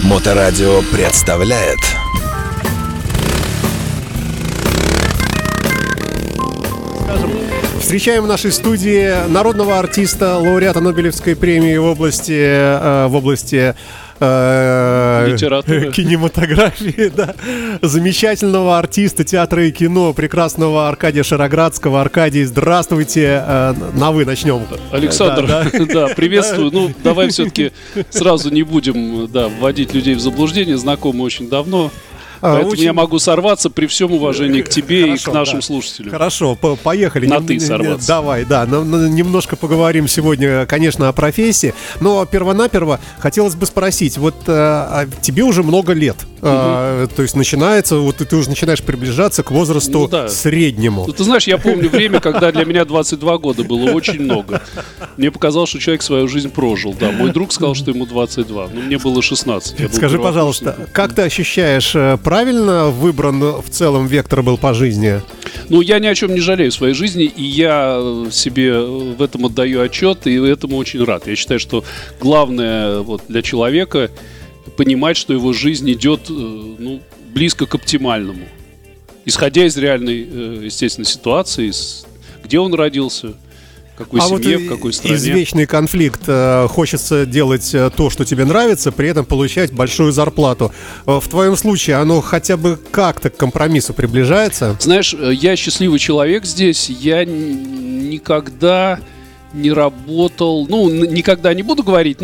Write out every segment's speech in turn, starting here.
Моторадио представляет Встречаем в нашей студии народного артиста, лауреата Нобелевской премии в области кинематографии, да. Замечательного артиста театра и кино, прекрасного Аркадия Шароградского. Аркадий, здравствуйте. На «вы» начнем. Александр, да, приветствую. Ну, давай все-таки сразу не будем вводить людей в заблуждение. Знакомы очень давно. Поэтому я могу сорваться при всем уважении к тебе и к нашим слушателям. Хорошо, поехали. На «ты» сорваться. Давай, немножко поговорим сегодня, конечно, о профессии. Но первонаперво хотелось бы спросить, вот тебе уже много лет. То есть начинается, вот ты уже начинаешь приближаться к возрасту среднему. Ну, ты знаешь, я помню время, когда для меня 22 года было очень много. Мне показалось, что человек свою жизнь прожил. Да, мой друг сказал, что ему 22, но мне было 16. Скажи, пожалуйста, как ты ощущаешь, правильно выбран в целом вектор был по жизни? Ну, я ни о чем не жалею в своей жизни, и я себе в этом отдаю отчет, и этому очень рад. Я считаю, что главное для человека понимать, что его жизнь идет близко к оптимальному. Исходя из реальной, естественно, ситуации, где он родился, в какой семье, в какой стране. Извечный конфликт. Хочется делать то, что тебе нравится, при этом получать большую зарплату. В твоем случае оно хотя бы как-то к компромиссу приближается? Знаешь, я счастливый человек здесь. Я никогда не работал, никогда не буду говорить,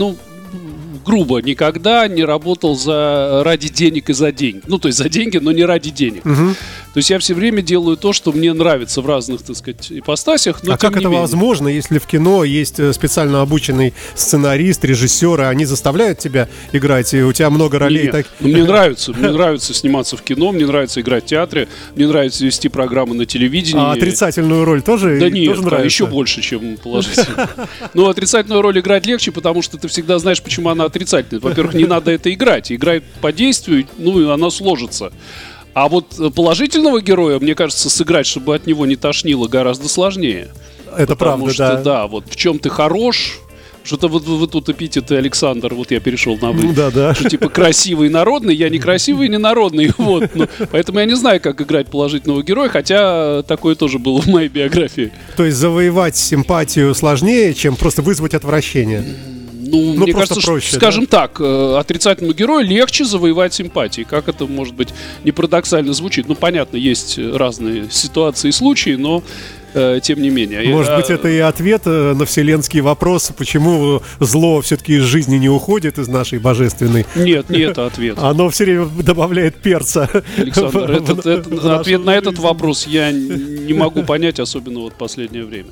грубо, никогда не работал ради денег и за деньги. То есть за деньги, но не ради денег. То есть я все время делаю то, что мне нравится в разных, так сказать, ипостасях. Но как это возможно, если в кино есть специально обученный сценарист, режиссеры, они заставляют тебя играть, и у тебя много ролей? Нет, мне нравится сниматься в кино, мне нравится играть в театре, мне нравится вести программы на телевидении. А отрицательную роль тоже? Да нет, тоже нравится? Еще больше, чем положительную. Но отрицательную роль играть легче, потому что ты всегда знаешь, почему она отрицательная. Во-первых, не надо это играть. Играй по действию, и она сложится. А вот положительного героя, мне кажется, сыграть, чтобы от него не тошнило, гораздо сложнее. Это правда, да. Потому что, вот в чем ты хорош, что-то вы тут эпитеты, Александр, вот я перешел на «вы», что типа красивый и народный, я не красивый и не народный, поэтому я не знаю, как играть положительного героя, хотя такое тоже было в моей биографии. То есть завоевать симпатию сложнее, чем просто вызвать отвращение? Мне кажется, проще, скажем так, отрицательному герою легче завоевать симпатии. Как это, может быть, не парадоксально звучит. Понятно, есть разные ситуации и случаи, но тем не менее. Может быть, это и ответ на вселенский вопрос, почему зло все-таки из жизни не уходит, из нашей божественной. Нет, не это ответ. Оно все время добавляет перца. Александр, ответ на этот вопрос я не могу понять, особенно в последнее время.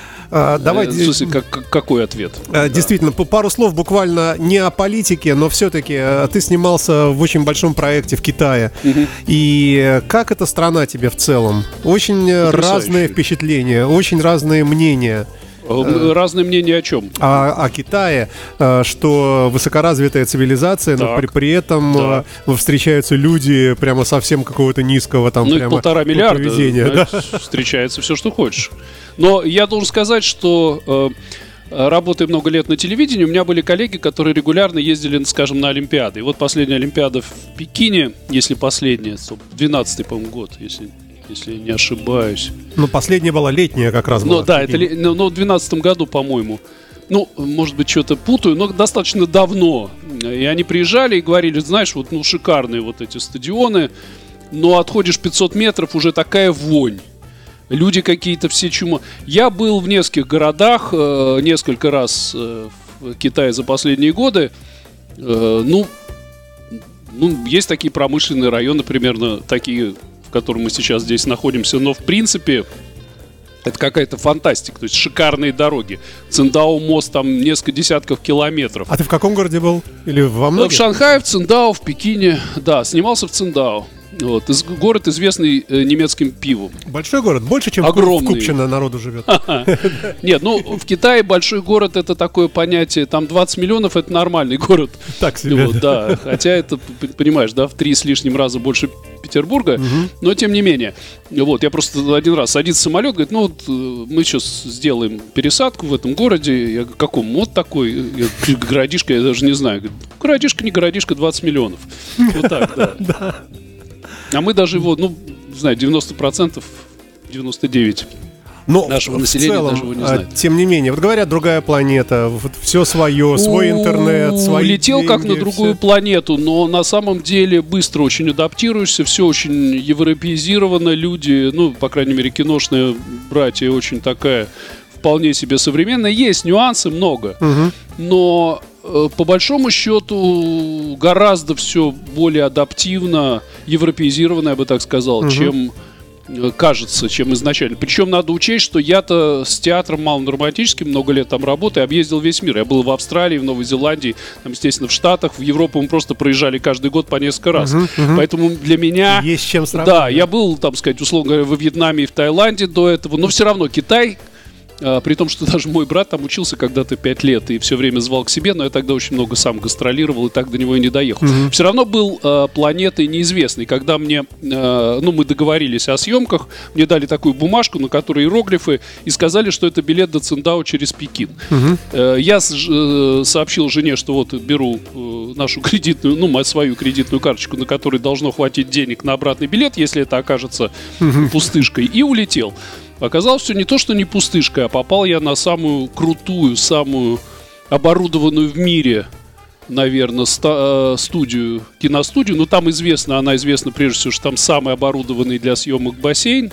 В смысле, какой ответ? Действительно, пару слов буквально не о политике, но все-таки ты снимался в очень большом проекте в Китае. И как эта страна тебе в целом? Очень разные впечатления, очень разные мнения. Разные мнения о чем? О Китае, что высокоразвитая цивилизация, но при этом встречаются люди прямо совсем какого-то низкого там прямо 1,5 миллиарда, встречается все, что хочешь. Но я должен сказать, что работая много лет на телевидении, у меня были коллеги, которые регулярно ездили, скажем, на Олимпиады. И вот последняя Олимпиада в Пекине, если последняя, 12-й, по-моему, год, если не ошибаюсь. Последняя была летняя как раз была. В 12-м году, по-моему. Может быть, что-то путаю, но достаточно давно. И они приезжали и говорили, знаешь, шикарные эти стадионы, но отходишь 500 метров, уже такая вонь. Люди какие-то все чума. Я был в нескольких городах, несколько раз в Китае за последние годы. Есть такие промышленные районы, примерно такие, в которых мы сейчас здесь находимся, но в принципе это какая-то фантастика, то есть шикарные дороги. Циндао мост, там несколько десятков километров. А ты в каком городе был? Или во многих? В Шанхае, в Циндао, в Пекине. Да, снимался в Циндао. Вот. Город, известный немецким пивом. Большой город? Больше, чем Огромный. в Купчино народу живет? Нет, ну, в Китае большой город — это такое понятие, там 20 миллионов — это нормальный город. Так себе. Вот, да, хотя это, понимаешь, да, в 3 с лишним раза больше Петербурга, но тем не менее. Вот, я просто один раз садится самолет, говорит, ну вот мы сейчас сделаем пересадку в этом городе. Я говорю, каком? Вот такой. Я говорю, городишко, я даже не знаю. Говорю, городишко, не городишко, 20 миллионов. Вот так, да. А мы даже его, ну, не знаю, 90%, 99% Но нашего в населения целом, даже его не знает. тем не менее, вот говорят, другая планета, вот все свое, свой интернет, свои Летел деньги, как на другую планету, но на самом деле быстро очень адаптируешься, все очень европеизировано, люди, ну, по крайней мере, киношные братья очень такая вполне себе современная. Есть нюансы много, но по большому счету гораздо все более адаптивно, европеизировано, я бы так сказал, чем кажется, чем изначально. Причем надо учесть, что я-то с театром малодраматическим много лет там работаю, объездил весь мир. Я был в Австралии, в Новой Зеландии, там, естественно, в Штатах, в Европу мы просто проезжали каждый год по несколько раз. Поэтому для меня... Есть чем сравнить. Да, я был, там сказать, условно говоря, во Вьетнаме и в Таиланде до этого, но все равно Китай... При том, что даже мой брат там учился когда-то 5 лет и все время звал к себе, но я тогда очень много сам гастролировал и так до него и не доехал. Все равно был планетой неизвестной. Когда мне, ну, мы договорились о съемках, мне дали такую бумажку, на которой иероглифы, и сказали, что это билет до Циндао через Пекин. Я сообщил жене, что вот беру нашу кредитную, ну, свою кредитную карточку, на которой должно хватить денег на обратный билет, если это окажется пустышкой, и улетел. Оказалось, все не то, что не пустышка, а попал я на самую крутую, самую оборудованную в мире, наверное, студию, киностудию. Ну, там известно, она известна прежде всего, что там самый оборудованный для съемок бассейн.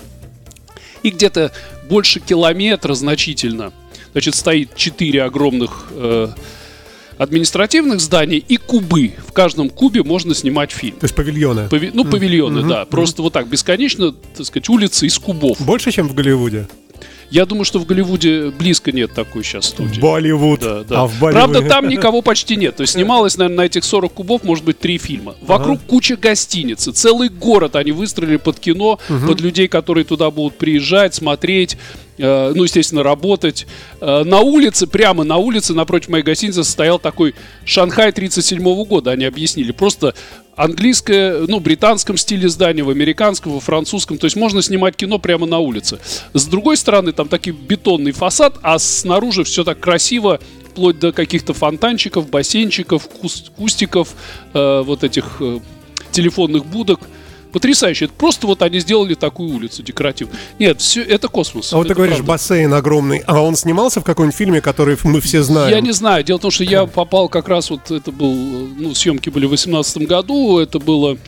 И где-то больше километра значительно. Значит, стоит 4 огромных административных зданий и кубы. В каждом кубе можно снимать фильм. То есть павильоны. Павильоны, да. Просто вот так, бесконечно, так сказать, улицы из кубов. Больше, чем в Голливуде? Я думаю, что в Голливуде близко нет такой сейчас студии. Болливуд. Да, да. А в Болливуде... Правда, там никого почти нет. То есть снималось, наверное, на этих 40 кубов, может быть, 3 фильма. Вокруг куча гостиниц. Целый город они выстроили под кино, под людей, которые туда будут приезжать, смотреть, ну, естественно, работать. На улице, прямо на улице, напротив моей гостиницы, стоял такой Шанхай 37-го года, они объяснили. Просто английское, ну, британском стиле здания, в американском, во французском. То есть можно снимать кино прямо на улице. С другой стороны, там такой бетонный фасад, а снаружи все так красиво, вплоть до каких-то фонтанчиков, бассейнчиков, кустиков, вот этих телефонных будок. Потрясающе. Это просто вот они сделали такую улицу декоративную. Нет, все это космос. А вот ты говоришь, правда. Бассейн огромный. А он снимался в каком-нибудь фильме, который мы все знаем? Я не знаю. Дело в том, что я попал как раз вот, это был, ну, съемки были в 2018 году. Это было,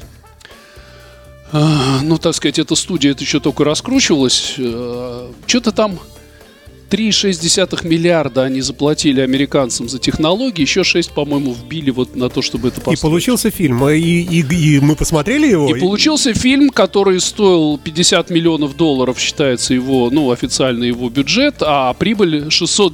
ну, так сказать, эта студия, это еще только раскручивалась. Что-то там 3,6 миллиарда они заплатили американцам за технологии, еще 6, по-моему, вбили вот на то, чтобы это построить. И получился фильм, и мы посмотрели его? И получился фильм, который стоил $50 миллионов, считается его, ну, официально его бюджет, а прибыль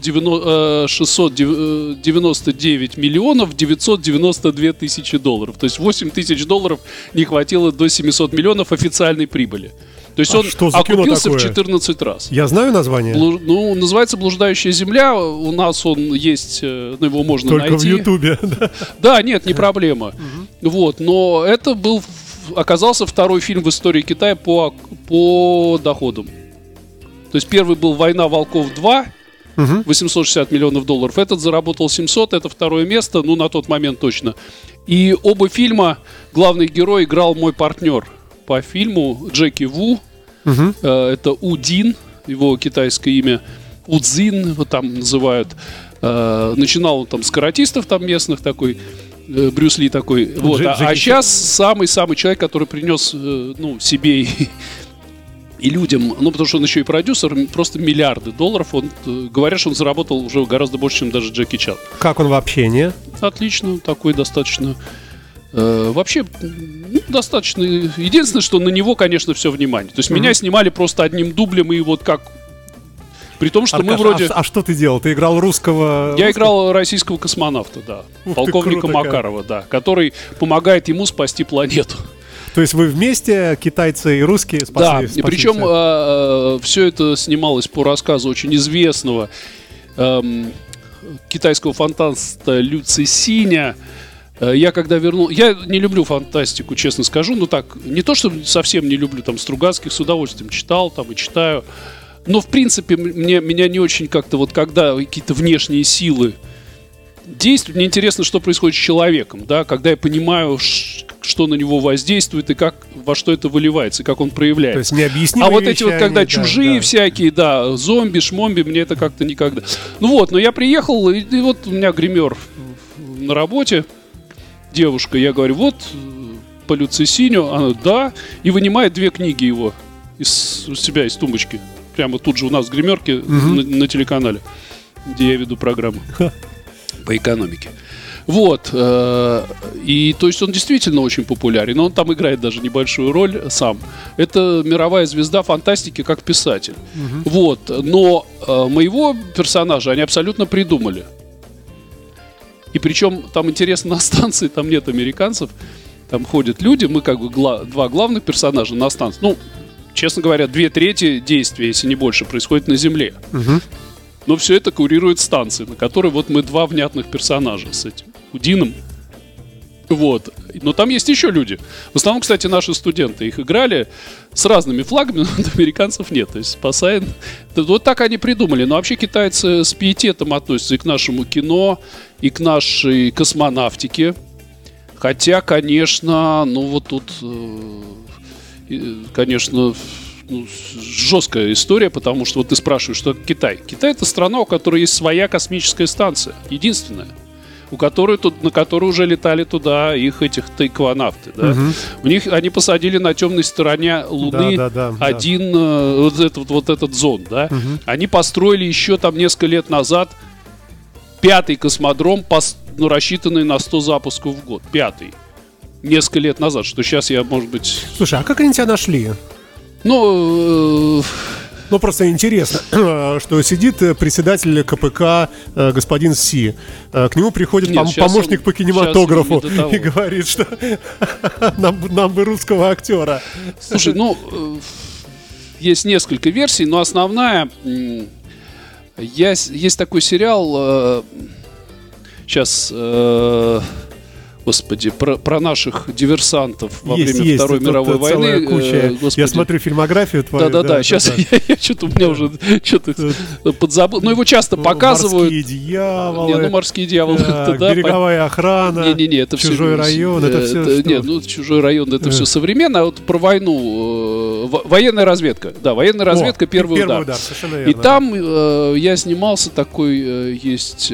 699 миллионов 992 тысячи долларов. То есть $8 тысяч не хватило до 700 миллионов официальной прибыли. То есть он окупился в 14 раз. Я знаю название. Ну, называется «Блуждающая земля». У нас он есть, ну, его можно только найти. Только в Ютубе. Да, нет, не проблема. Вот, но это оказался второй фильм в истории Китая по доходам. То есть первый был «Война волков 2», 860 миллионов долларов. Этот заработал 700, это второе место, ну, на тот момент точно. И оба фильма главный герой играл мой партнер по фильму Джеки Ву. Это Удин, его китайское имя. Удзин его там называют. Начинал он там с каратистов там местных такой, Брюс Ли такой. Вот. А сейчас самый-самый человек, который принес, ну, себе и людям, ну, потому что он еще и продюсер, просто миллиарды долларов. Говорят, что он заработал уже гораздо больше, чем даже Джеки Чан. Как он в общении? Отлично, такой достаточно... Вообще, ну, достаточно. Единственное, что на него, конечно, все внимание. То есть меня снимали просто одним дублем, и вот как. При том, что мы вроде. А что ты делал? Ты играл русского? Я играл российского космонавта, да. Полковника Макарова, да, который помогает ему спасти планету. То есть вы вместе, китайцы и русские, спасли? Да, и причем все это снималось по рассказу очень известного китайского фантаста Лю Цисиня. Я когда вернул... Я не люблю фантастику, честно скажу, но так, не то, что совсем не люблю, там, Стругацких с удовольствием читал, там, и читаю, но, в принципе, меня не очень как-то вот, когда какие-то внешние силы действуют, мне интересно, что происходит с человеком, да, когда я понимаю, что на него воздействует и как, во что это выливается, и как он проявляется. То есть необъяснимые А вот эти вот, когда да, чужие всякие, да, зомби, шмомби, мне это как-то никогда. Ну вот, но я приехал, и вот у меня гример на работе, девушка, я говорю, вот, по Лю Цисиню, она, да, и вынимает 2 книги его из себя, из тумбочки. Прямо тут же у нас в гримерке на телеканале, где я веду программу по экономике. Вот, и то есть он действительно очень популярен, но он там играет даже небольшую роль сам. Это мировая звезда фантастики как писатель. Вот, но моего персонажа они абсолютно придумали. И причем там интересно, на станции там нет американцев, там ходят люди, мы как бы 2 главных персонажа на станции. Ну, честно говоря, 2/3 действия, если не больше, происходит на Земле. Но все это курирует станция, на которой вот мы 2 внятных персонажа с этим Худином. Вот. Но там есть еще люди. В основном, кстати, наши студенты их играли с разными флагами, но американцев нет. То есть спасает. Вот так они придумали. Но вообще китайцы с пиететом относятся и к нашему кино, и к нашей космонавтике. Хотя, конечно, ну вот тут, конечно, жесткая история, потому что вот ты спрашиваешь, что Китай. Китай — это страна, у которой есть своя космическая станция, единственная, на которую уже летали туда этих тайкванавты. Да? У них они посадили на темной стороне Луны вот этот зонд. Да? Они построили еще там несколько лет назад 5-й космодром, рассчитанный на 100 запусков в год. 5-й. Несколько лет назад, что сейчас я, может быть... Слушай, а как они тебя нашли? Ну, просто интересно, что сидит председатель КПК господин Си. К нему приходит помощник по кинематографу и говорит, что нам бы русского актера. Слушай, есть несколько версий, но основная... Есть такой сериал... Сейчас... Господи, про наших диверсантов во время Второй мировой войны. Я смотрю фильмографию твою. Да. Сейчас я что-то у меня уже что-то подзабыл. Но его часто показывают. Морские дьяволы. Морские дьяволы. Береговая охрана. Не, это все. Чужой район. Это все. Нет, Чужой район, это все современно. А вот про войну. Военная разведка. Да, военная разведка, первый удар. Совершенно верно. И там я снимался, такой есть.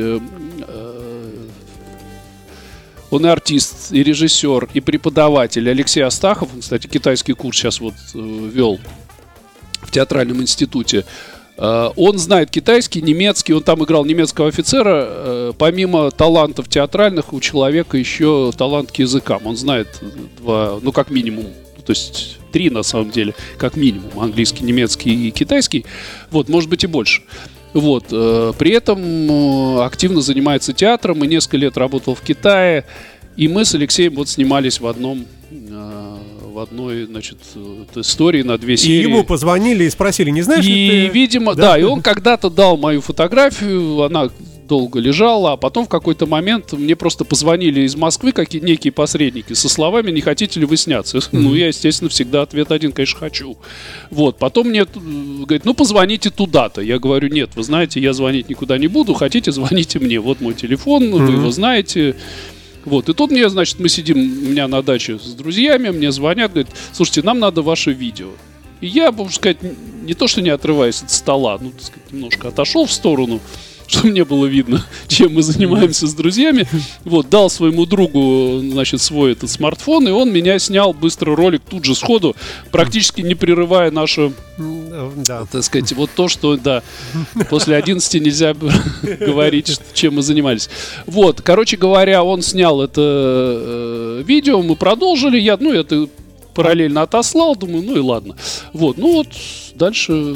Он и артист, и режиссер, и преподаватель Алексей Астахов. Он, кстати, китайский курс сейчас вот вел в театральном институте. Он знает китайский, немецкий. Он там играл немецкого офицера. Помимо талантов театральных, у человека еще талант к языкам. Он знает 2, как минимум, то есть 3 на самом деле, как минимум. Английский, немецкий и китайский. Вот, может быть и больше. Вот, при этом активно занимается театром и несколько лет работал в Китае. И мы с Алексеем вот снимались в одной, значит, истории на 2 серии. И ему позвонили и спросили, не знаешь ли ты? Видимо, да, и он когда-то дал мою фотографию, она долго лежала, а потом в какой-то момент мне просто позвонили из Москвы некие посредники со словами: не хотите ли вы сняться? Ну, я, естественно, всегда ответ один, конечно, хочу. Вот, потом мне говорит, позвоните туда-то. Я говорю, нет, вы знаете, я звонить никуда не буду, хотите, звоните мне. Вот мой телефон, вы его знаете. Вот, и тут мы сидим у меня на даче с друзьями, мне звонят, говорят, слушайте, нам надо ваше видео. И я, можно сказать, не то, что не отрываясь от стола, так сказать, немножко отошел в сторону, чтобы мне было видно, чем мы занимаемся с друзьями. Вот, дал своему другу, значит, свой этот смартфон, и он меня снял быстро ролик тут же сходу, практически не прерывая нашу, так сказать, вот то, что, да, после 11 нельзя говорить, чем мы занимались. Вот, короче говоря, он снял это видео, мы продолжили, я это параллельно отослал, думаю, и ладно. Вот, дальше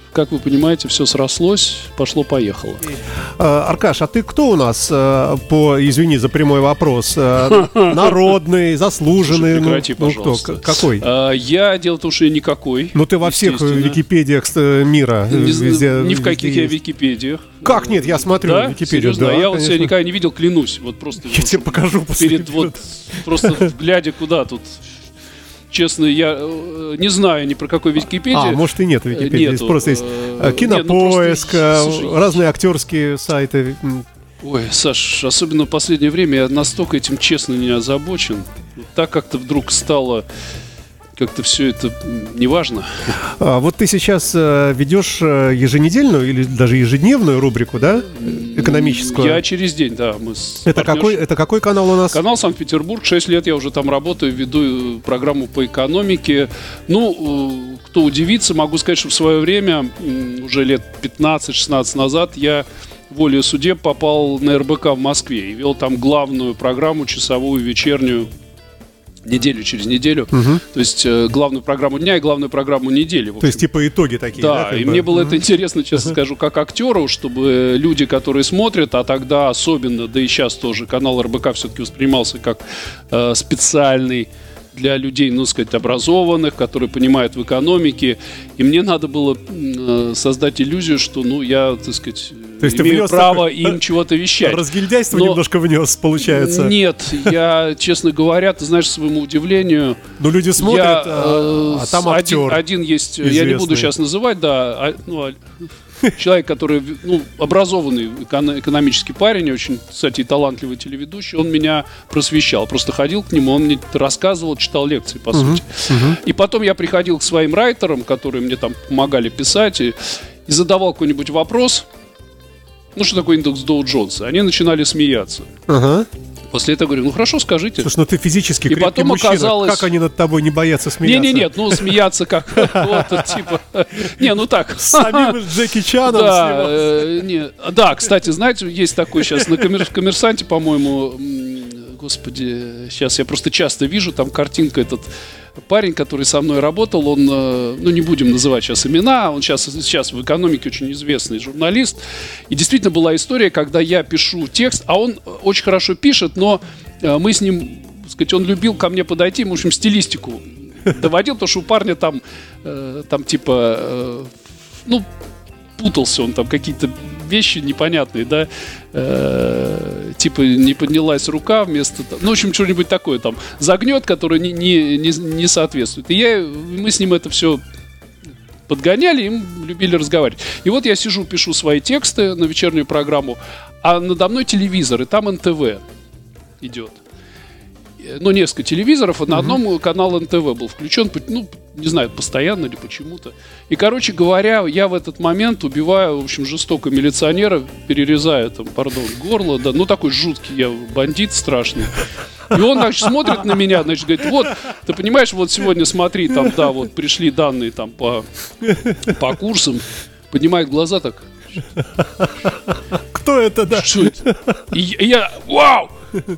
как вы понимаете, все срослось, пошло-поехало. Аркаш, а ты кто у нас извини за прямой вопрос, народный, заслуженный? Прекрати, пожалуйста. Кто? Какой? Дело в том, что я никакой. Ну, ты во всех википедиях мира. Ни в каких я википедиях. Как нет? Я смотрю Википедию. Серьезно? Я вот себя никогда не видел, клянусь. Вот просто. Я тебе покажу. Просто глядя куда тут. Честно, я не знаю ни про какой Википедии. Может и нет Википедии. Просто есть Кинопоиск, разные актерские сайты. Ой, Саш, особенно в последнее время я настолько этим честно не озабочен. Так как-то вдруг стало... Как-то все это неважно. Вот ты сейчас ведешь еженедельную или даже ежедневную рубрику, да? Экономическую. Я через день, да. Это какой канал у нас? Канал Санкт-Петербург. 6 лет я уже там работаю, веду программу по экономике. Ну, кто удивится, могу сказать, что в свое время, уже лет 15-16 назад, я волею судеб попал на РБК в Москве и вел там главную программу, часовую, вечернюю, неделю через неделю. То есть главную программу дня и главную программу недели. То есть типа итоги такие. Да, и мне было это интересно, честно скажу, как актеру, чтобы люди, которые смотрят, а тогда особенно, да и сейчас тоже, канал РБК все-таки воспринимался как специальный для людей, ну, сказать, образованных, которые понимают в экономике. И мне надо было создать иллюзию, что, ну, я, так сказать, имею право им чего-то вещать. Разгильдяйство немножко внес, получается. Нет, я, честно говоря, ты знаешь, к своему удивлению... Ну, люди смотрят, а там актер один есть, я не буду сейчас называть, да, человек, который, образованный экономический парень, очень, кстати, талантливый телеведущий, он меня просвещал. Просто ходил к нему, он мне рассказывал, читал лекции, по сути. И потом я приходил к своим райтерам, которые мне там помогали писать, и задавал какой-нибудь вопрос. Ну, что такое индекс Доу-Джонса? Они начинали смеяться. После этого говорю, хорошо, скажите. Слушай, ты физически крепкий потом мужчина, оказалось... как они над тобой не боятся смеяться? Нет, смеяться как, типа, так. С самим Джеки Чаном Да, кстати, знаете, есть такой сейчас на «Коммерсанте», по-моему, господи, сейчас я просто часто вижу, там картинка этот парень, который со мной работал, он, не будем называть сейчас имена, он сейчас в экономике очень известный журналист. И действительно была история, когда я пишу текст, а он очень хорошо пишет, но мы с ним, так сказать, он любил ко мне подойти, в общем, стилистику доводил, потому что у парня там путался он, там какие-то вещи непонятные, да, не поднялась рука вместо... в общем, что-нибудь такое там загнет, которое не соответствует. И мы с ним это все подгоняли, и мы любили разговаривать. И вот я сижу, пишу свои тексты на вечернюю программу, а надо мной телевизор, и там НТВ идет. Несколько телевизоров, а на одном канал НТВ был включен, не знаю, постоянно или почему-то. И, короче говоря, я в этот момент убиваю, в общем, жестоко милиционера, перерезая там, горло, да, такой жуткий я бандит страшный. И он, значит, смотрит на меня, значит, говорит, вот, ты понимаешь, вот сегодня смотри, там, да, вот пришли данные там по курсам, поднимает глаза так. Кто это, да? Что это? И я, вау!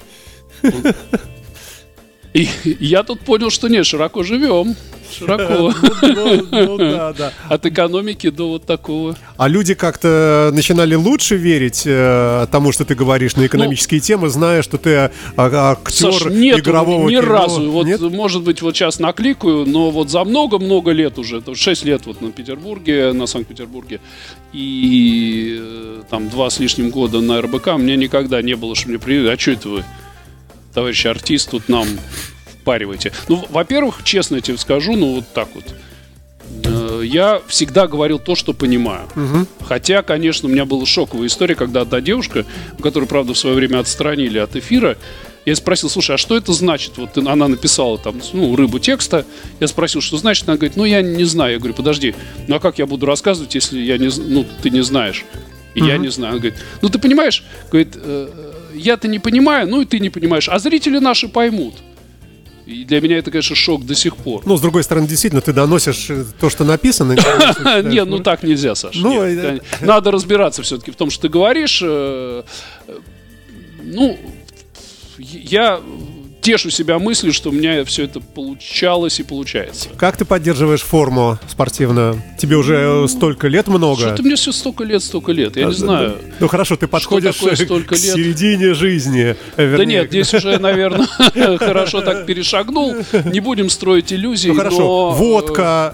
И я тут понял, что нет, широко живем. Широко. Да. От экономики до вот такого. А люди как-то начинали лучше верить тому, что ты говоришь на экономические темы, зная, что ты актер, Саш, нет, игрового ни кино. Разу. Вот, нет? Может быть, вот сейчас накликаю, но вот за много-много лет уже, 6 лет вот на Петербурге, на Санкт-Петербурге, и там 2 с лишним года на РБК, мне никогда не было, что мне а что это вы, товарищ артист, тут нам впариваете. Во-первых, честно я тебе скажу, вот так вот. Я всегда говорил то, что понимаю. Хотя, конечно, у меня была шоковая история, когда одна девушка, которую, правда, в свое время отстранили от эфира, я спросил, слушай, а что это значит? Вот она написала там, рыбу текста. Я спросил, что значит? Она говорит, я не знаю. Я говорю, подожди, а как я буду рассказывать, если я ты не знаешь? И я не знаю. Она говорит, ты понимаешь? Говорит, я-то не понимаю, и ты не понимаешь, а зрители наши поймут. И для меня это, конечно, шок до сих пор. С другой стороны, действительно, ты доносишь то, что написано. Нет, так нельзя, Саша. Надо разбираться все-таки в том, что ты говоришь. Я тешу себя мыслью, что у меня все это получалось и получается. Как ты поддерживаешь форму спортивную? Тебе уже столько лет много? Что-то мне все столько лет, я не знаю. Ну хорошо, ты подходишь к середине жизни. Да нет, здесь уже, наверное, хорошо так перешагнул. Не будем строить иллюзий. Ну хорошо, водка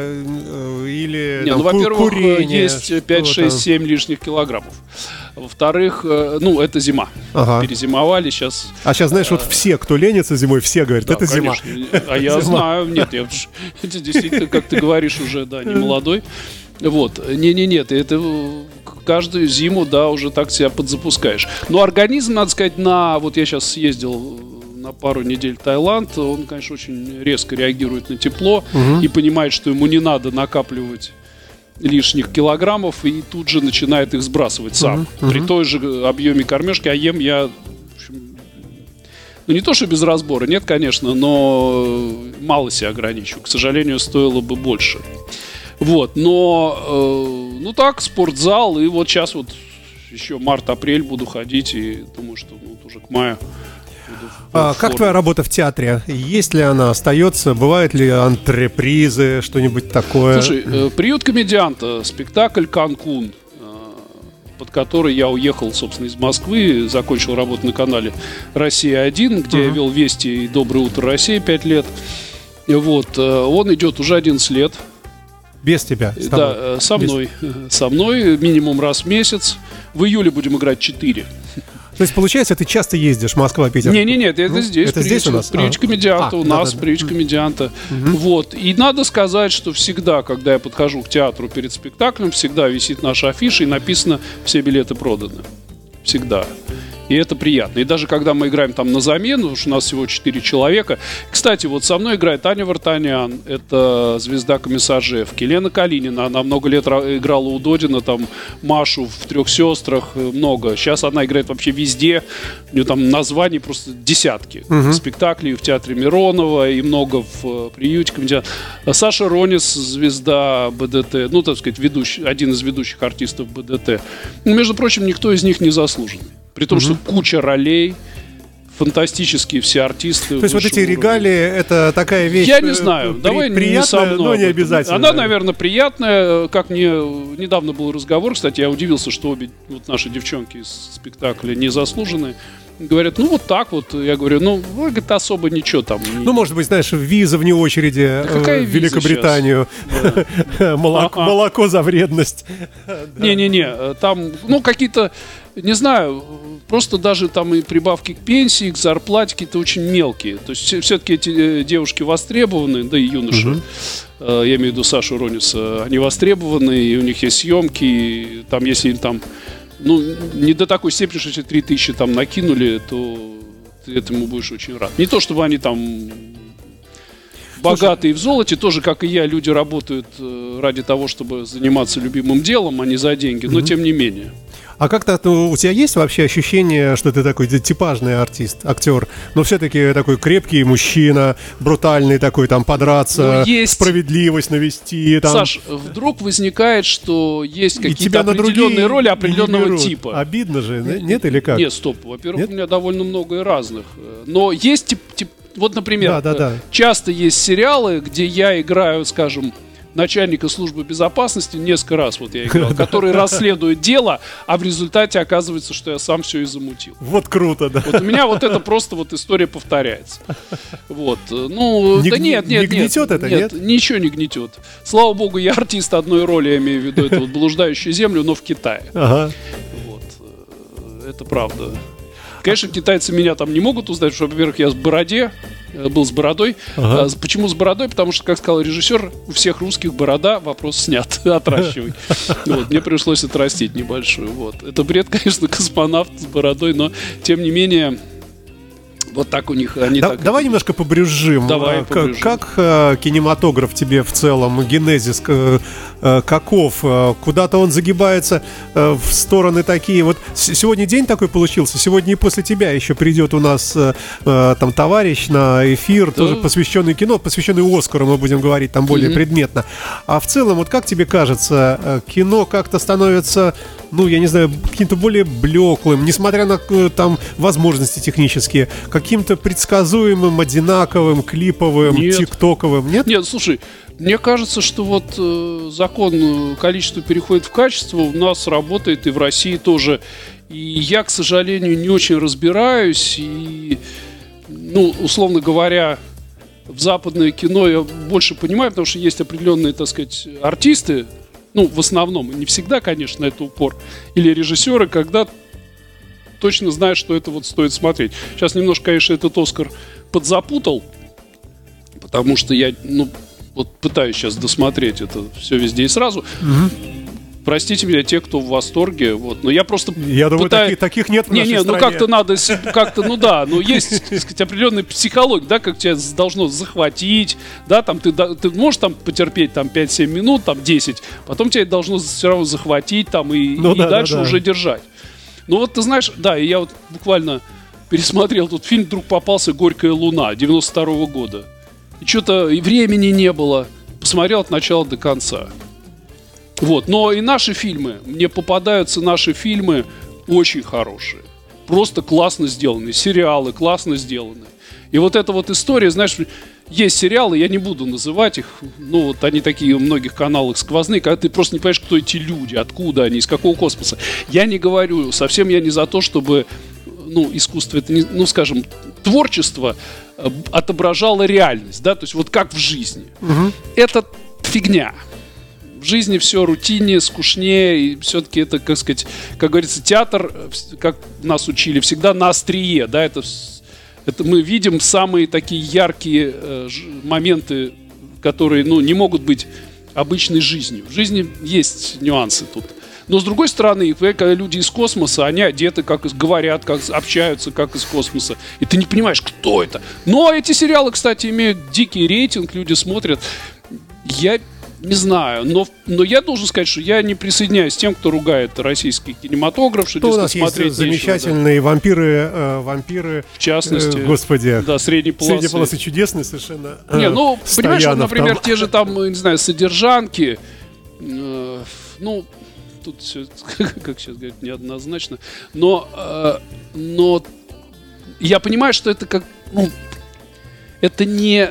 или во-первых, курение. Есть 5, 6, 7 лишних килограммов. Во-вторых, это зима. Перезимовали сейчас. А сейчас, знаешь, вот все, кто ленится зимой, все говорят, это зима. А я знаю, нет, это действительно, как ты говоришь, уже, не молодой. Вот, нет, это каждую зиму, уже так себя подзапускаешь. Но организм, надо сказать, вот я сейчас съездил на пару недель в Таиланд, он, конечно, очень резко реагирует на тепло и понимает, что ему не надо накапливать лишних килограммов, и тут же начинает их сбрасывать сам. При той же объеме кормежки, а ем я, в общем, не то что без разбора, нет, конечно, но мало себя ограничу. К сожалению, стоило бы больше. Вот, но так, спортзал, и вот сейчас вот еще март-апрель буду ходить, и думаю, что уже к маю. Как твоя работа в театре? Есть ли она, остается? Бывают ли антрепризы, что-нибудь такое? Слушай, «Приют комедианта», спектакль «Канкун», под который я уехал, собственно, из Москвы, закончил работу на канале «Россия-1», где я вел «Вести» и «Доброе утро, Россия» 5 лет. Вот, он идет уже 11 лет. Без тебя? Да, со мной. Со мной минимум раз в месяц. В июле будем играть 4. То есть, получается, ты часто ездишь Москва, Питер? Нет, это здесь. Это здесь у нас? Приют комедианта у нас, приют комедианта. Вот. И надо сказать, что всегда, когда я подхожу к театру перед спектаклем, всегда висит наша афиша и написано «Все билеты проданы». Всегда. И это приятно. И даже когда мы играем там на замену, потому что у нас всего 4 человека. Кстати, вот со мной играет Аня Вартанян, это звезда «Комиссажевки». Лена Калинина, она много лет играла у Додина, там Машу в «Трех сестрах», много. Сейчас она играет вообще везде. У нее там названий просто десятки. Спектаклей в театре Миронова и много в приюте комедианта. Саша Ронис, звезда БДТ, так сказать, один из ведущих артистов БДТ. Между прочим, никто из них не заслуженный. При том, что куча ролей, фантастические все артисты. То есть вот эти регалии, это такая вещь. Я не знаю, давай приятная, не со мной. Но не обязательно. Она, наверное, приятная. Как мне недавно был разговор, кстати, я удивился, что обе наши девчонки из спектакля не заслуженные. Говорят, вот так вот. Я говорю, говорит, особо ничего там. Может быть, знаешь, виза вне очереди в Великобританию. Да. Молоко за вредность. Не-не-не, там, какие-то, не знаю, просто даже там и прибавки к пенсии, к зарплате какие-то очень мелкие. То есть все-таки эти девушки востребованы, да и юноши. Я имею в виду Сашу Рониса. Они востребованы, и у них есть съемки. И там, если им там не до такой степени, что если 3000 там накинули, то ты этому будешь очень рад. Не то, чтобы они там богатые в золоте, тоже, как и я, люди работают ради того, чтобы заниматься любимым делом, а не за деньги, но тем не менее. А как-то у тебя есть вообще ощущение, что ты такой типажный артист, актер, но все-таки такой крепкий мужчина, брутальный такой, там, подраться, справедливость навести? Там... Саш, вдруг возникает, что есть какие-то определенные роли определенного типа. Обидно же, нет или как? Нет, стоп. Во-первых, у меня довольно много и разных. Но есть вот, например, часто есть сериалы, где я играю, скажем, начальника службы безопасности, несколько раз вот я играл, который расследует дело, а в результате оказывается, что я сам все и замутил. Вот круто, да. Вот у меня вот это просто вот история повторяется. Вот. Нет. Не гнетет это, нет? Ничего не гнетет. Слава богу, я артист одной роли, я имею в виду, это вот «Блуждающую землю», но в Китае. Вот. Это правда. Конечно, китайцы меня там не могут узнать, что, во-первых, я был с бородой. Почему с бородой? Потому что, как сказал режиссер, у всех русских борода, вопрос снят, отращивай. Мне пришлось отрастить небольшую. Это бред, конечно, космонавт с бородой, но, тем не менее, вот так у них. Давай немножко побрюзжим. Как кинематограф тебе в целом, генезис каков? Куда-то он загибается в стороны такие. Вот сегодня день такой получился. Сегодня и после тебя еще придет у нас там товарищ на эфир, тоже посвященный кино, посвященный Оскару, мы будем говорить там более предметно. А в целом, вот как тебе кажется, кино как-то становится ну, я не знаю, каким-то более блеклым, несмотря на там возможности технические, каким-то предсказуемым, одинаковым, клиповым, тиктоковым, нет? Нет, слушай, мне кажется, что вот закон количества переходит в качество у нас работает и в России тоже. И я, к сожалению, не очень разбираюсь. И, ну, условно говоря, в западное кино я больше понимаю, потому что есть определенные, так сказать, артисты, ну, в основном, не всегда, конечно, это упор, или режиссеры, когда точно знают, что это вот стоит смотреть. Сейчас немножко, конечно, этот Оскар подзапутал, потому что я, ну, вот пытаюсь сейчас досмотреть это все везде и сразу. Простите меня, те, кто в восторге, вот, но я просто... Я думаю, таких нет в нашей стране. Ну как-то надо, как-то, ну да, но есть, так сказать, определенная психология, да, как тебя должно захватить, да, там ты можешь там потерпеть там 5-7 минут, там 10, потом тебя должно все равно захватить там и дальше уже держать. Ну вот ты знаешь, да, и я вот буквально пересмотрел тут фильм, вдруг попался «Горькая луна» 92-го года. И что-то и времени не было, посмотрел от начала до конца. Вот, но и наши фильмы, мне попадаются наши фильмы очень хорошие, просто классно сделаны, сериалы классно сделаны. И вот эта вот история, знаешь, есть сериалы, я не буду называть их, ну вот они такие у многих каналах сквозные, когда ты просто не понимаешь, кто эти люди, откуда они, из какого космоса. Я не говорю, совсем я не за то, чтобы, ну, искусство, это не, ну, скажем, творчество отображало реальность, да, то есть вот как в жизни. Это фигня. В жизни все рутиннее, скучнее, и все-таки это, как сказать, как говорится, театр, как нас учили, всегда на острие, да, это мы видим самые такие яркие моменты, которые, ну, не могут быть обычной жизнью. В жизни есть нюансы тут. Но с другой стороны, когда люди из космоса, они одеты, как говорят, как общаются, как из космоса, и ты не понимаешь, кто это. Но эти сериалы, кстати, имеют дикий рейтинг, люди смотрят. Я не знаю, но я должен сказать, что я не присоединяюсь к тем, кто ругает российский кинематограф, что у нас есть замечательные вампиры, в частности, господи, да, средней полосы чудесные совершенно. Не, ну, понимаешь, вот, например, те же там, не знаю, содержанки, ну, тут все, как сейчас говорят, неоднозначно, но я понимаю, что это как, ну, это не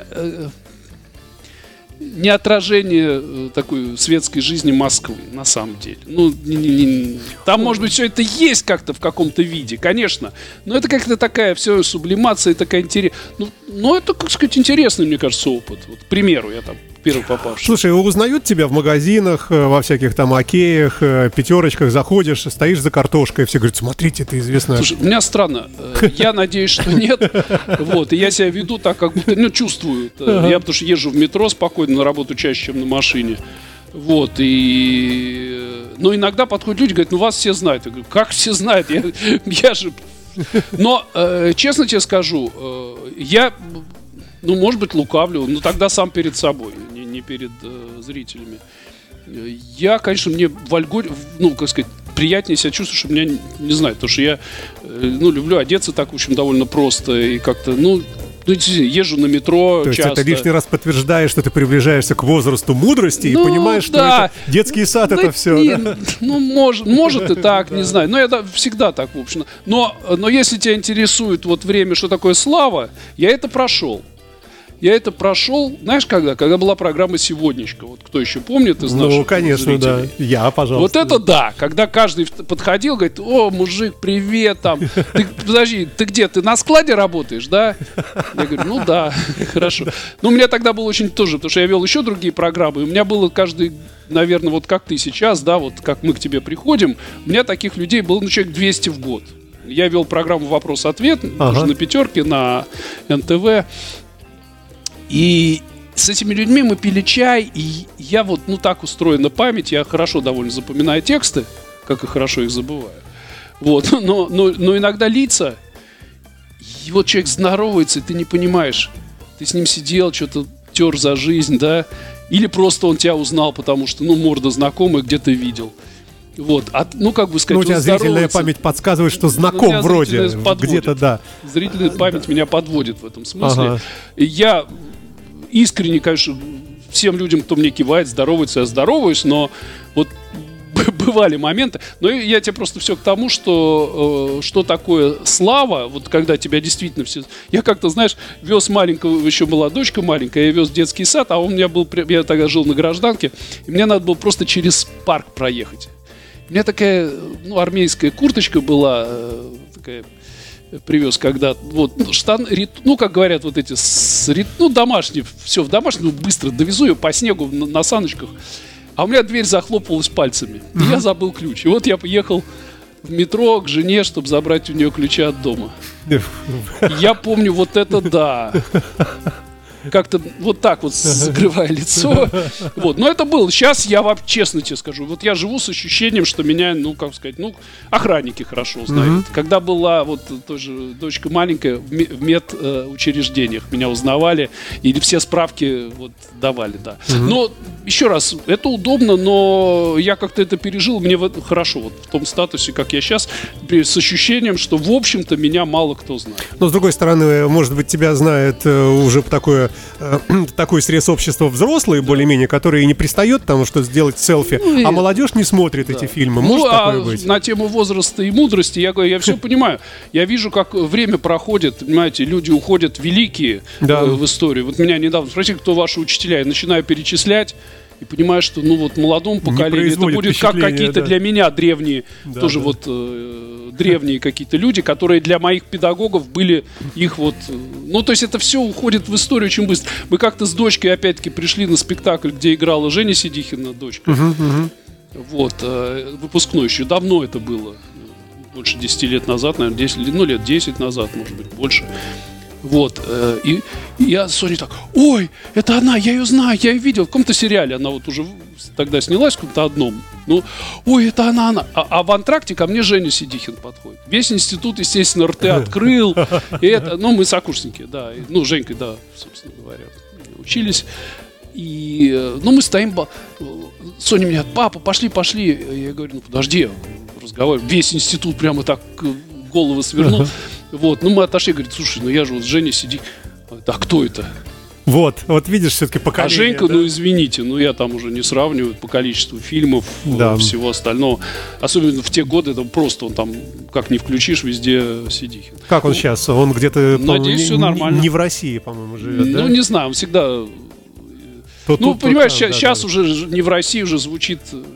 отражение такой светской жизни Москвы, на самом деле. Ну, там, может быть, все это есть как-то в каком-то виде, конечно, но это как-то такая все сублимация, такая интересная. Ну, это, как сказать, интересный, мне кажется, опыт. Вот, к примеру, я там первый попавший. Слушай, узнают тебя в магазинах, во всяких там Океях, Пятерочках, заходишь, стоишь за картошкой, все говорят, смотрите, это известно. Слушай, у меня странно, я надеюсь, что нет, вот, и я себя веду так, как будто, ну, чувствую, я потому что езжу в метро спокойно, на работу чаще, чем на машине, вот, и, но иногда подходят люди, говорят, ну, вас все знают, я говорю, как все знают, я же, но, честно тебе скажу, я, ну, может быть, лукавлю, но тогда сам перед собой, не перед зрителями. Я, конечно, мне вольготь, ну, как сказать, приятнее себя чувствую, что меня не знаю, потому что я, ну, люблю одеться так, в общем, довольно просто и как-то, ну, езжу на метро. То часто. есть это лишний раз подтверждает, что ты приближаешься к возрасту мудрости, ну, и понимаешь, что да. это детский сад, да, это все. Да? Ну, может и так, не знаю. Но это всегда так, в общем. Но если тебя интересует вот время, что такое слава, я это прошел. Я это прошел, знаешь, когда? Когда была программа «Сегодняшка». Вот кто еще помнит из наших Ну, конечно, зрителей? Да. Я, пожалуйста. Вот это да. Когда каждый подходил, говорит, о, мужик, привет, там. Ты, подожди, ты где? Ты на складе работаешь, да? Я говорю, ну да, хорошо. Ну, у меня тогда было очень тоже, потому что я вел еще другие программы. У меня было каждый, наверное, вот как ты сейчас, да, вот как мы к тебе приходим, у меня таких людей было, ну, человек 200 в год. Я вел программу «Вопрос-ответ», тоже на Пятерке, на НТВ. И с этими людьми мы пили чай, и я вот, ну, так устроена память, я хорошо довольно запоминаю тексты, как и хорошо их забываю. Вот, но иногда лица, и вот человек здоровается, и ты не понимаешь, ты с ним сидел, что-то тер за жизнь, да, или просто он тебя узнал, потому что, ну, морда знакомая, где-то видел. Вот, ну, как бы сказать, ну, у тебя зрительная память подсказывает, что знаком вроде, где-то, да. Зрительная память меня подводит в этом смысле. Ага. Я искренне, конечно, всем людям, кто мне кивает, здоровается, я здороваюсь, но вот бывали моменты. Но я тебе просто все к тому, что такое слава, вот когда тебя действительно все... Я как-то, знаешь, вез маленького, еще была дочка маленькая, я вез в детский сад, а он у меня был, я тогда жил на Гражданке, и мне надо было просто через парк проехать. У меня такая, армейская курточка была, такая... Привез когда вот штаны, как говорят, вот эти домашние, все в домашнем, быстро довезу ее по снегу на саночках, а у меня дверь захлопывалась пальцами, и я забыл ключ. И вот я поехал в метро к жене, чтобы забрать у нее ключи от дома. Я помню, вот это да. Как-то вот так вот закрывая лицо. Вот. Но это было. Сейчас я вам честно тебе скажу. Вот я живу с ощущением, что меня, охранники хорошо знают. Когда была вот тоже дочка маленькая в медучреждениях, меня узнавали, или все справки вот давали, да. Но еще раз, это удобно, но я как-то это пережил, мне хорошо вот в том статусе, как я сейчас, с ощущением, что в общем-то меня мало кто знает. Но с другой стороны, может быть, тебя знает уже такой срез общества взрослые, более-менее, которые не пристает тому, что сделать селфи, а молодежь не смотрит эти фильмы. Может такое быть? На тему возраста и мудрости я все понимаю. Я вижу, как время проходит, понимаете, люди уходят великие в историю. Вот меня недавно спросили, кто ваши учителя, я начинаю перечислять. И понимаешь, что молодому поколению это будет как какие-то для меня древние, древние какие-то люди, которые для моих педагогов были их вот... то есть это все уходит в историю очень быстро. Мы как-то с дочкой опять-таки пришли на спектакль, где играла Женя Сидихина, дочка. Вот, выпускной еще. Давно это было. Больше 10 лет назад, наверное, лет 10 назад, может быть, больше. Вот, и я Соне так: ой, это она, я ее знаю, я ее видел в каком-то сериале, она вот уже тогда снялась в каком-то одном. Ой, это она. А в антракте ко мне Женя Сидихин подходит. Весь институт, естественно, рты открыл. И это, мы сокурсники, да. Женькой, да, собственно говоря, учились. И, мы стоим, Соня меня: папа, пошли. Я говорю: подожди, разговариваю. Весь институт прямо так голову свернул. Вот, мы отошли, говорит: слушай, я же вот с Женей сидим. А кто это? Вот видишь, все-таки поколение. А Женька, извините, я там уже не сравниваю по количеству фильмов, всего остального. Особенно в те годы, там просто он там, как ни включишь, везде Сидихин. Как он сейчас? Он где-то, надеюсь, все нормально. Не в России, по-моему, живет, да? Не знаю, он всегда... понимаешь, сейчас уже не в России уже звучит...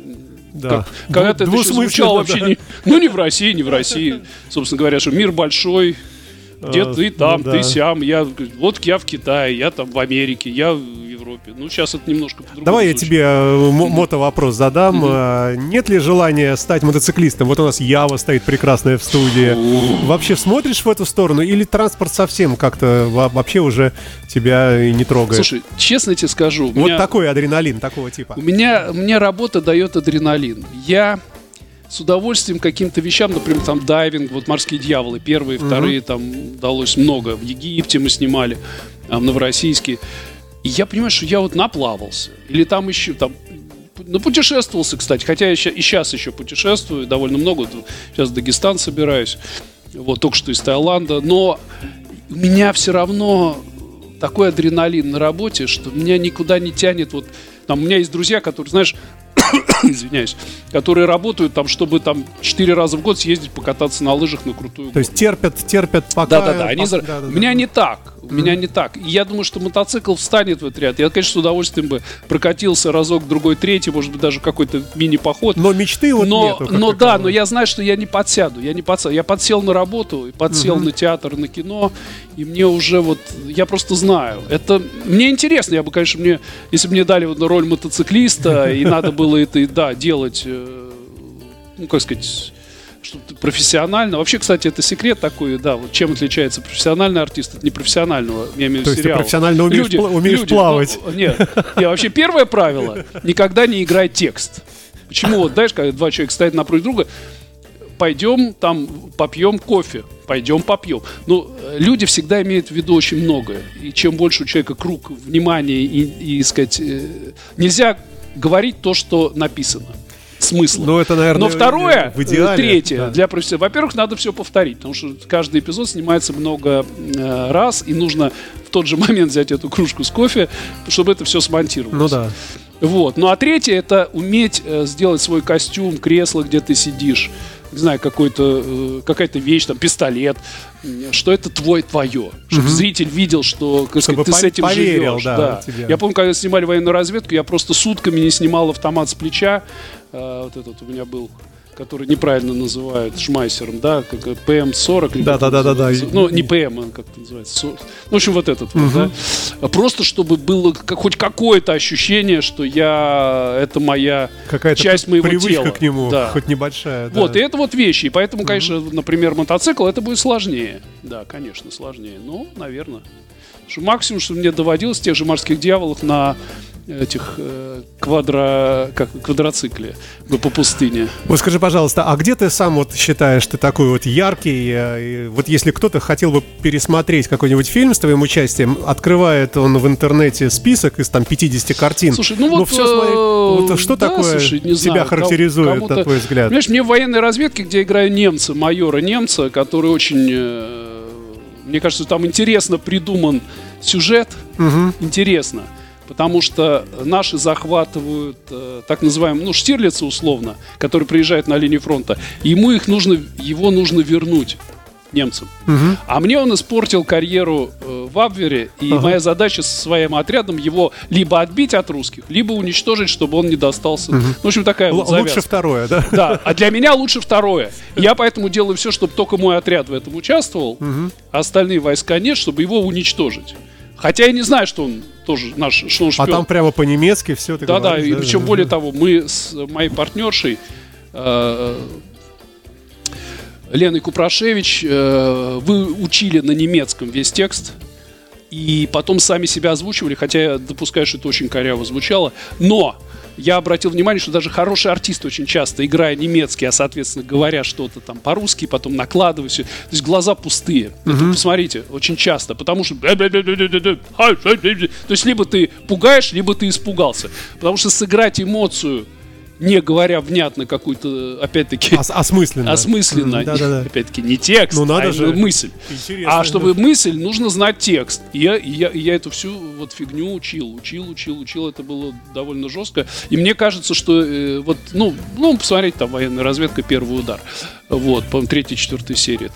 Да. Когда-то это еще звучало вообще не в России. Собственно говоря, что мир большой, где ты там, ты сям. Я в Китае, я там в Америке, я в Европе. Сейчас это немножко по-другому. Давай я тебе мотовопрос задам. Нет ли желания стать мотоциклистом? Вот у нас Ява стоит прекрасная в студии. Вообще смотришь в эту сторону? Или транспорт совсем как-то вообще уже тебя и не трогает? Слушай, честно тебе скажу. Такой адреналин, такого типа. Мне работа дает адреналин. Я с удовольствием каким-то вещам, например, там дайвинг, вот «Морские дьяволы», первые, вторые, там удалось много. В Египте мы снимали, в Новороссийске. И я понимаю, что я вот наплавался. Или там еще, путешествовался, кстати. Хотя я и сейчас еще путешествую довольно много. Сейчас в Дагестан собираюсь. Вот, только что из Таиланда. Но у меня все равно такой адреналин на работе, что меня никуда не тянет. Вот, там, у меня есть друзья, которые, знаешь, извиняюсь, которые работают там, чтобы там 4 раза в год съездить покататься на лыжах на крутую гору. То есть терпят пока... Да. У меня не так. У меня не так. И я думаю, что мотоцикл встанет в этот ряд. Я, конечно, с удовольствием бы прокатился разок, другой, третий, может быть, даже какой-то мини-поход. Но мечты нету. Но я знаю, что я не подсяду. Я подсел на работу, подсел на театр, на кино. И мне уже я просто знаю. Это мне интересно. Я бы, конечно, если бы мне дали роль мотоциклиста, и надо было это, делать, что-то профессионально. Вообще, кстати, это секрет такой, чем отличается профессиональный артист от непрофессионального, я имею в виду сериал. То есть ты профессионально умеешь плавать. Нет, вообще первое правило: никогда не играй текст. Почему? Знаешь, когда два человека стоят напротив друга, пойдем там попьем кофе, пойдем попьем. Люди всегда имеют в виду очень многое. И чем больше у человека круг внимания и сказать, нельзя говорить то, что написано. Смысла. Это, наверное, но второе, в идеале, третье, для профессионалов. Во-первых, надо все повторить, потому что каждый эпизод снимается много раз, и нужно в тот же момент взять эту кружку с кофе, чтобы это все смонтировалось. Вот. Ну а третье — это уметь сделать свой костюм, кресло, где ты сидишь, не знаю, какая-то вещь, там, пистолет, что это твое. Чтобы зритель видел, что ты с этим поверил, живешь. Да. Я помню, когда снимали военную разведку, я просто сутками не снимал автомат с плеча. Вот этот у меня был, который неправильно называют шмайсером, да, как ПМ-40. Да. Ну, не ПМ, а как это называется. Ну, в общем, вот этот вот, да. Просто чтобы было хоть какое-то ощущение, что это моя часть моего тела. Привычка к нему, да. Хоть небольшая. Вот, да. и это вот вещи. И поэтому, конечно, например, мотоцикл, это будет сложнее. Да, конечно, сложнее. Ну, наверное. Максимум, что мне доводилось, тех же «Морских дьяволов» на этих квадроцикле по пустыне. Вот скажи, пожалуйста, а где ты сам вот считаешь, ты такой вот яркий, вот если кто-то хотел бы пересмотреть какой-нибудь фильм с твоим участием, открывает он в интернете список из там 50 картин. Слушай, ну вот, вот что да, такое тебя характеризует, на твой взгляд? Понимаешь, мне в военной разведке, где я играю немца, майора немца, который очень, мне кажется, там интересно придуман сюжет, интересно. Потому что наши захватывают так называемого, Штирлица условно, который приезжает на линию фронта. Его нужно вернуть немцам. А мне он испортил карьеру в Абвере, и моя задача со своим отрядом его либо отбить от русских, либо уничтожить, чтобы он не достался. В общем, такая вот завязка. Лучше второе, да? Да, а для меня лучше второе. Я поэтому делаю все, чтобы только мой отряд в этом участвовал, а остальные войска нет, чтобы его уничтожить. Хотя я не знаю, что он тоже что он шпион. А там прямо по-немецки все ты говоришь. Да, и причем более того, мы с моей партнершей Леной Купрашевич вы учили на немецком весь текст. И потом сами себя озвучивали, хотя я допускаю, что это очень коряво звучало. Но я обратил внимание, что даже хорошие артисты очень часто, играя немецкий, а соответственно говоря что-то там по-русски, потом накладывая все, то есть глаза пустые. Это, посмотрите, очень часто, потому что то есть либо ты пугаешь, либо ты испугался. Потому что сыграть эмоцию, не говоря внятно какую-то, опять-таки... Осмысленно. Опять-таки, не текст, мысль. Интересно, а чтобы мысль, нужно знать текст. И я эту всю вот фигню учил. Это было довольно жестко. И мне кажется, что посмотреть там «Военная разведка. Первый удар». Вот, по-моему, 3-4 серии.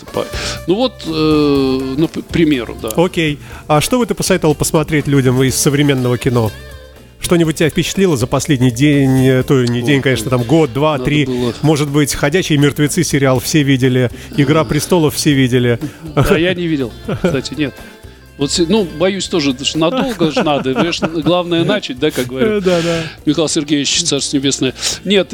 К примеру, да. Окей. А что бы ты посоветовал посмотреть людям из современного кино? Что-нибудь тебя впечатлило за последний день, конечно, там год, два, три, может быть, «Ходячие мертвецы» сериал все видели, «Игра престолов» все видели. Да, я не видел, кстати, нет. Вот, боюсь тоже, что надолго же надо, понимаешь, главное начать, да, как говорит Михаил Сергеевич, Царство Небесное. Нет,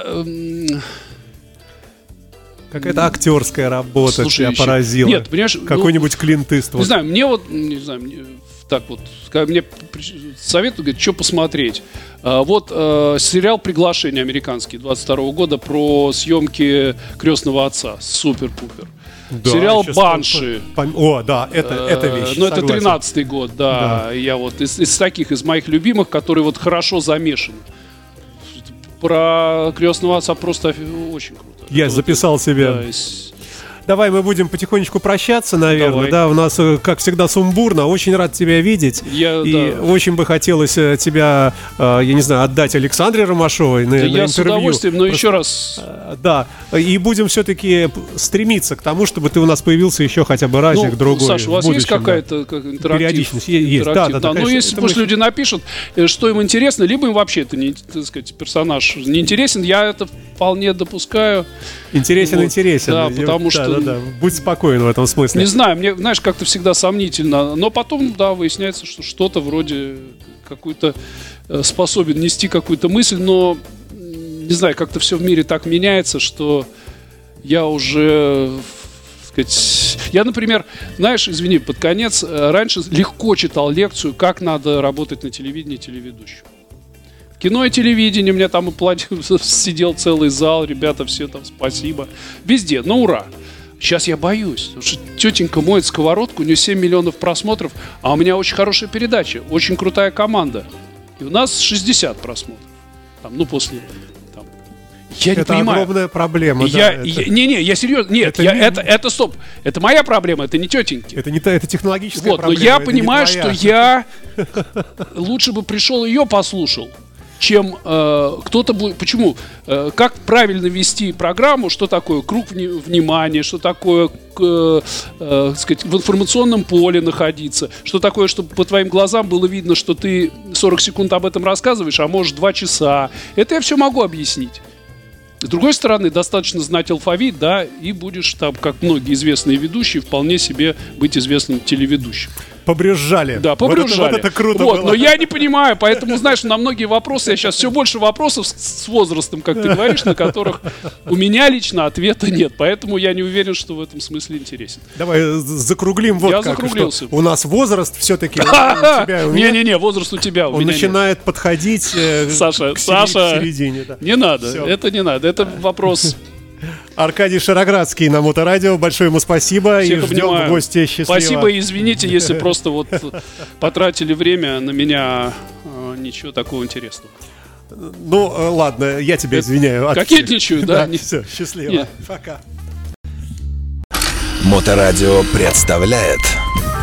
какая-то актерская работа тебя поразила. Нет, понимаешь, какой-нибудь Клинт Иствуд. Не знаю, так вот, когда мне советуют, говорят, что посмотреть. Сериал «Приглашение» американский 22 года про съемки «Крестного отца». Супер-пупер. Да, сериал «Банши». Это вещь. Это 13-й год, да. Я вот из моих любимых, которые вот хорошо замешаны. Про «Крестного отца» просто очень круто. Я записал себе. Давай мы будем потихонечку прощаться, наверное. Давай. Да, у нас, как всегда, сумбурно. Очень рад тебя видеть. Очень бы хотелось тебя, я не знаю, отдать Александре Ромашовой на интервью. С удовольствием, но еще раз. Да, и будем все-таки стремиться к тому, чтобы ты у нас появился еще хотя бы разик другой. Саша, у вас есть какая-то периодичность? Есть, да. Ну, если пусть люди напишут, что им интересно, либо им вообще это, так сказать, персонаж не интересен, я это вполне допускаю. Интересен. Да, потому что... Да. Будь спокоен в этом смысле. Не знаю, мне, знаешь, как-то всегда сомнительно. Но потом, выясняется, что что-то вроде какой-то способен нести какую-то мысль, но, не знаю, как-то все в мире так меняется, что я уже... Я, например, знаешь, извини, под конец, раньше легко читал лекцию, как надо работать на телевидении телеведущим. Кино и телевидение, у меня там сидел целый зал, ребята, все там спасибо. Везде, на ура. Сейчас я боюсь, потому что тетенька моет сковородку, у нее 7 миллионов просмотров, а у меня очень хорошая передача, очень крутая команда. И у нас 60 просмотров. После... Я не понимаю. Это огромная проблема. Я серьезно. Нет, это стоп. Это моя проблема, это не тетеньки. Это технологическая проблема. Но я понимаю, что я лучше бы пришел ее послушал, чем кто-то будет... Почему? Как правильно вести программу, что такое круг внимания, что такое сказать, в информационном поле находиться, что такое, чтобы по твоим глазам было видно, что ты 40 секунд об этом рассказываешь, а может 2 часа. Это я все могу объяснить. С другой стороны, достаточно знать алфавит, да, и будешь там, как многие известные ведущие, вполне себе быть известным телеведущим. Побрюзжали. Да, побрюзжали. Вот это круто вот, было. но я не понимаю, поэтому, знаешь, на многие вопросы, я сейчас все больше вопросов с возрастом, как ты говоришь, на которых у меня лично ответа нет. Поэтому я не уверен, что в этом смысле интересен. Давай закруглим вот я как. закруглился. У нас возраст все-таки у тебя и у меня. Не-не-не, возраст у тебя, у Он меня начинает подходить Саша, к середине. Да. не надо, Всё. это не надо, это вопрос... Аркадий Шароградский на Моторадио. Большое ему спасибо. Всех и ждем обнимаю. в гости. Счастливо. Спасибо и извините, если просто вот потратили время на меня, ничего такого интересного. Ну, ладно, я тебя извиняю. Кокетничаю, да? Все, счастливо. Нет. Пока. Моторадио представляет